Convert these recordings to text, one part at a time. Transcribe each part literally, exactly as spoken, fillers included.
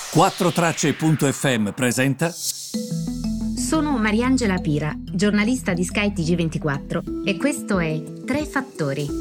quattro tracce punto effe emme presenta. Sono Mariangela Pira, giornalista di Sky T G ventiquattro e questo è Tre Fattori.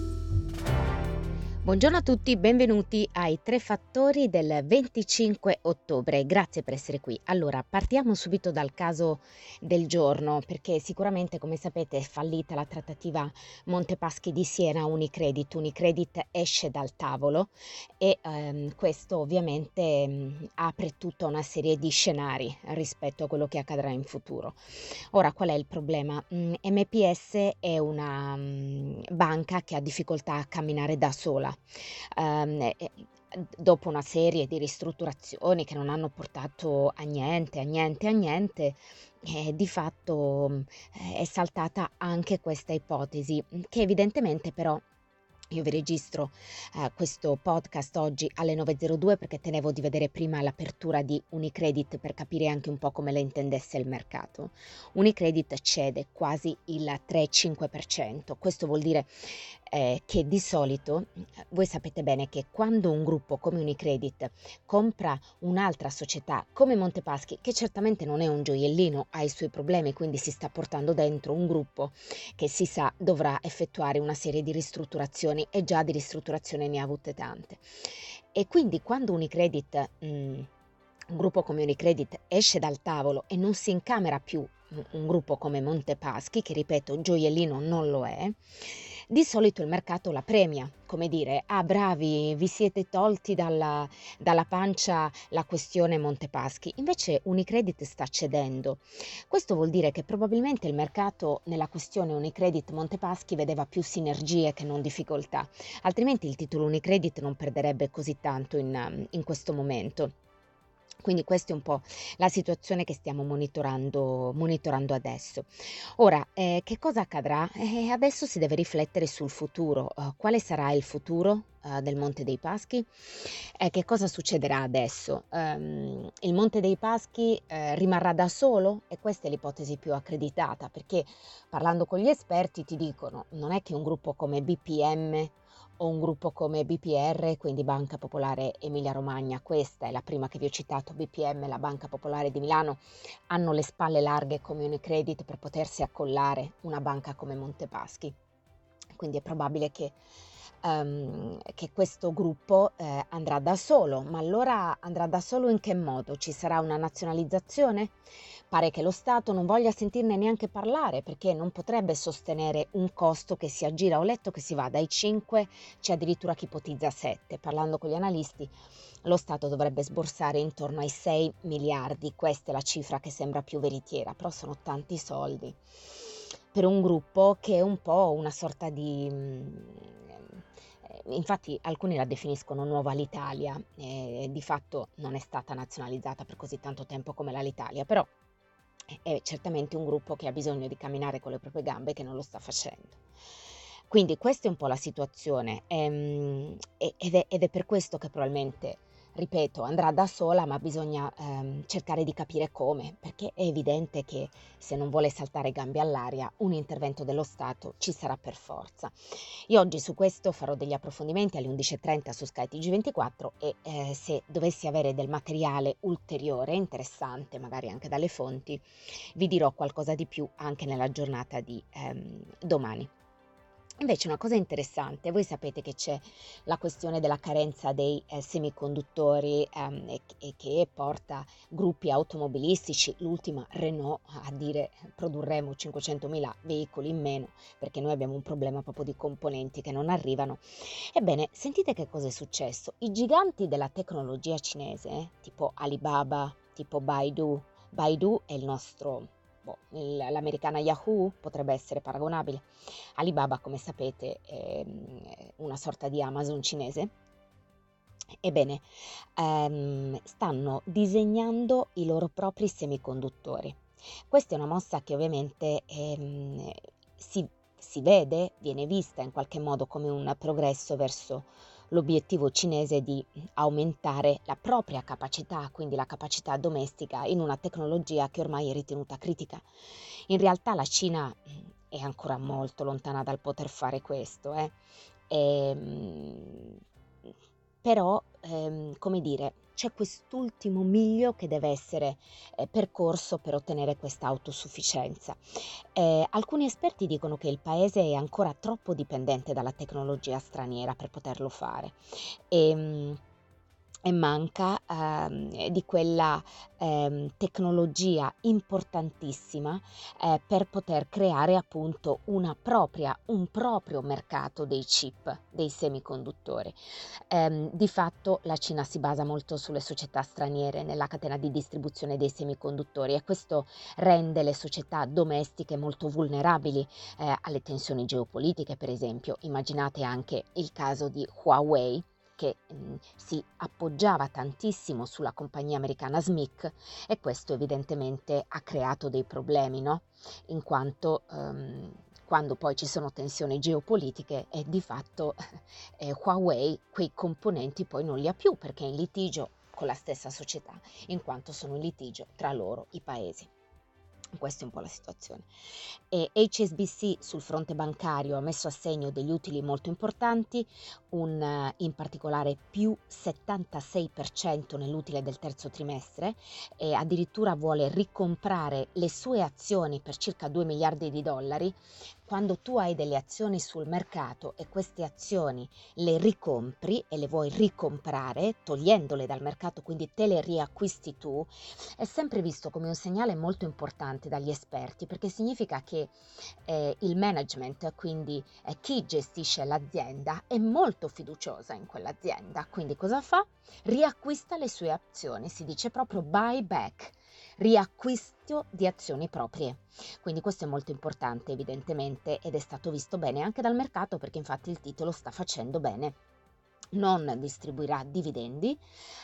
Buongiorno a tutti, benvenuti ai Tre Fattori del venticinque ottobre. Grazie per essere qui. Allora, partiamo subito dal caso del giorno, perché sicuramente, come sapete, è fallita la trattativa Montepaschi di Siena Unicredit. Unicredit esce dal tavolo e ehm, questo ovviamente mh, apre tutta una serie di scenari rispetto a quello che accadrà in futuro. Ora, qual è il problema? Mm, M P S è una mm, banca che ha difficoltà a camminare da sola. Ehm, e- e- Dopo una serie di ristrutturazioni che non hanno portato a niente, a niente, a niente, eh, di fatto mm, eh, è saltata anche questa ipotesi, che evidentemente però io vi registro eh, questo podcast oggi alle nove e zero due perché tenevo di vedere prima l'apertura di Unicredit per capire anche un po' come la intendesse il mercato. Unicredit cede quasi il tre virgola cinque per cento. Questo vuol dire eh, che di solito eh, voi sapete bene che quando un gruppo come Unicredit compra un'altra società come Montepaschi, che certamente non è un gioiellino, ha i suoi problemi, quindi si sta portando dentro un gruppo che si sa dovrà effettuare una serie di ristrutturazioni e già di ristrutturazione ne ha avute tante. E quindi quando Unicredit, mh, un gruppo come Unicredit esce dal tavolo e non si incamera più un un gruppo come Montepaschi, che ripeto gioiellino non lo è, di solito il mercato la premia, come dire, ah bravi, vi siete tolti dalla, dalla pancia la questione Montepaschi. Invece Unicredit sta cedendo. Questo vuol dire che probabilmente il mercato nella questione Unicredit Montepaschi vedeva più sinergie che non difficoltà, altrimenti il titolo Unicredit non perderebbe così tanto in, in questo momento. Quindi questa è un po' la situazione che stiamo monitorando, monitorando adesso. Ora, eh, che cosa accadrà? Eh, adesso si deve riflettere sul futuro. Eh, quale sarà il futuro eh, del Monte dei Paschi? Eh, che cosa succederà adesso? Ehm, il Monte dei Paschi eh, rimarrà da solo? E questa è l'ipotesi più accreditata, perché parlando con gli esperti ti dicono non è che un gruppo come B P M o un gruppo come B P R, quindi Banca Popolare Emilia Romagna, questa è la prima che vi ho citato, B P M, la Banca Popolare di Milano, hanno le spalle larghe come Unicredit per potersi accollare una banca come Montepaschi. Quindi è probabile che, ehm, che questo gruppo eh, andrà da solo, ma allora andrà da solo in che modo? Ci sarà una nazionalizzazione? Pare che lo Stato non voglia sentirne neanche parlare perché non potrebbe sostenere un costo che si aggira. Ho letto che si va dai cinque, c'è addirittura chi ipotizza sette. Parlando con gli analisti, lo Stato dovrebbe sborsare intorno ai sei miliardi. Questa è la cifra che sembra più veritiera, però sono tanti soldi per un gruppo che è un po' una sorta di... Infatti alcuni la definiscono nuova Alitalia, e di fatto non è stata nazionalizzata per così tanto tempo come l'Alitalia, però è certamente un gruppo che ha bisogno di camminare con le proprie gambe e che non lo sta facendo. Quindi questa è un po' la situazione ehm, e- ed è, ed è per questo che probabilmente, ripeto, andrà da sola, ma bisogna ehm, cercare di capire come, perché è evidente che se non vuole saltare gambe all'aria, un intervento dello Stato ci sarà per forza. Io oggi su questo farò degli approfondimenti alle undici e trenta su Sky T G ventiquattro e eh, se dovessi avere del materiale ulteriore, interessante, magari anche dalle fonti, vi dirò qualcosa di più anche nella giornata di ehm, domani. Invece una cosa interessante, voi sapete che c'è la questione della carenza dei eh, semiconduttori ehm, e, e che porta gruppi automobilistici, l'ultima Renault, a dire produrremo cinquecentomila veicoli in meno perché noi abbiamo un problema proprio di componenti che non arrivano. Ebbene, sentite che cosa è successo. I giganti della tecnologia cinese, eh, tipo Alibaba, tipo Baidu, Baidu è il nostro, boh, il- l'americana Yahoo, potrebbe essere paragonabile. Alibaba, come sapete, è mm, una sorta di Amazon cinese. Ebbene, ehm, stanno disegnando i loro propri semiconduttori. Questa è una mossa che ovviamente ehm, si, si vede, viene vista in qualche modo come un progresso verso l'obiettivo cinese di aumentare la propria capacità, quindi la capacità domestica, in una tecnologia che ormai è ritenuta critica. In realtà la Cina mh, è ancora molto lontana dal poter fare questo, eh. E, mh, però, ehm, come dire, c'è quest'ultimo miglio che deve essere eh, percorso per ottenere questa autosufficienza. Eh, alcuni esperti dicono che il paese è ancora troppo dipendente dalla tecnologia straniera per poterlo fare. E, e manca ehm, di quella ehm, tecnologia importantissima eh, per poter creare appunto una propria, un proprio mercato dei chip, dei semiconduttori. Ehm, di fatto la Cina si basa molto sulle società straniere nella catena di distribuzione dei semiconduttori, e questo rende le società domestiche molto vulnerabili eh, alle tensioni geopolitiche, per esempio. Immaginate anche il caso di Huawei, che mh, si appoggiava tantissimo sulla compagnia americana S M I C, e questo evidentemente ha creato dei problemi, no? In quanto ehm, quando poi ci sono tensioni geopolitiche e di fatto eh, Huawei quei componenti poi non li ha più, perché è in litigio con la stessa società, in quanto sono in litigio tra loro i paesi. Questa è un po' la situazione. E H S B C sul fronte bancario ha messo a segno degli utili molto importanti, un, eh, in particolare più settantasei per cento nell'utile del terzo trimestre, e addirittura vuole ricomprare le sue azioni per circa due miliardi di dollari. Quando tu hai delle azioni sul mercato e queste azioni le ricompri e le vuoi ricomprare, togliendole dal mercato, quindi te le riacquisti tu, è sempre visto come un segnale molto importante dagli esperti, perché significa che eh, il management, quindi eh, chi gestisce l'azienda, è molto fiduciosa in quell'azienda. Quindi cosa fa? Riacquista le sue azioni, si dice proprio buyback, riacquisto di azioni proprie. Quindi questo è molto importante evidentemente, ed è stato visto bene anche dal mercato, perché infatti il titolo sta facendo bene. Non distribuirà dividendi.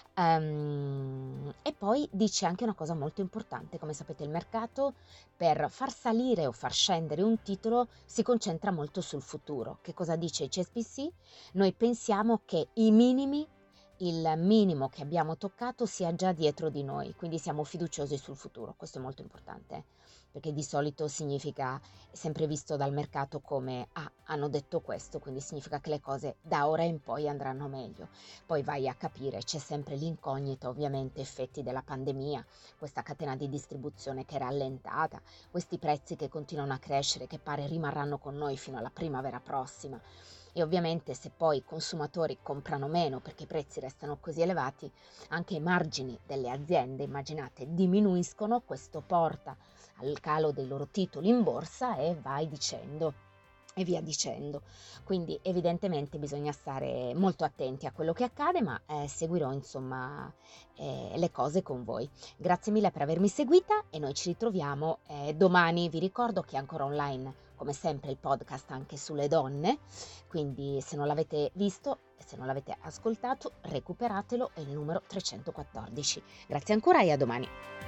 Ehm, e poi dice anche una cosa molto importante: come sapete il mercato, per far salire o far scendere un titolo, si concentra molto sul futuro. Che cosa dice H S B C? Noi pensiamo che i minimi, il minimo che abbiamo toccato sia già dietro di noi, quindi siamo fiduciosi sul futuro. Questo è molto importante, eh, perché di solito significa, è sempre visto dal mercato come ah, hanno detto questo, quindi significa che le cose da ora in poi andranno meglio. Poi vai a capire, c'è sempre l'incognita, ovviamente, effetti della pandemia, questa catena di distribuzione che è rallentata, questi prezzi che continuano a crescere, che pare rimarranno con noi fino alla primavera prossima. E ovviamente se poi i consumatori comprano meno perché i prezzi restano così elevati, anche i margini delle aziende, immaginate, diminuiscono, questo porta al calo dei loro titoli in borsa e vai dicendo e via dicendo. Quindi evidentemente bisogna stare molto attenti a quello che accade, ma eh, seguirò insomma eh, le cose con voi. Grazie mille per avermi seguita e noi ci ritroviamo eh, domani. Vi ricordo che è ancora online come sempre il podcast anche sulle donne, quindi se non l'avete visto e se non l'avete ascoltato recuperatelo, è il numero trecentoquattordici. Grazie ancora e a domani.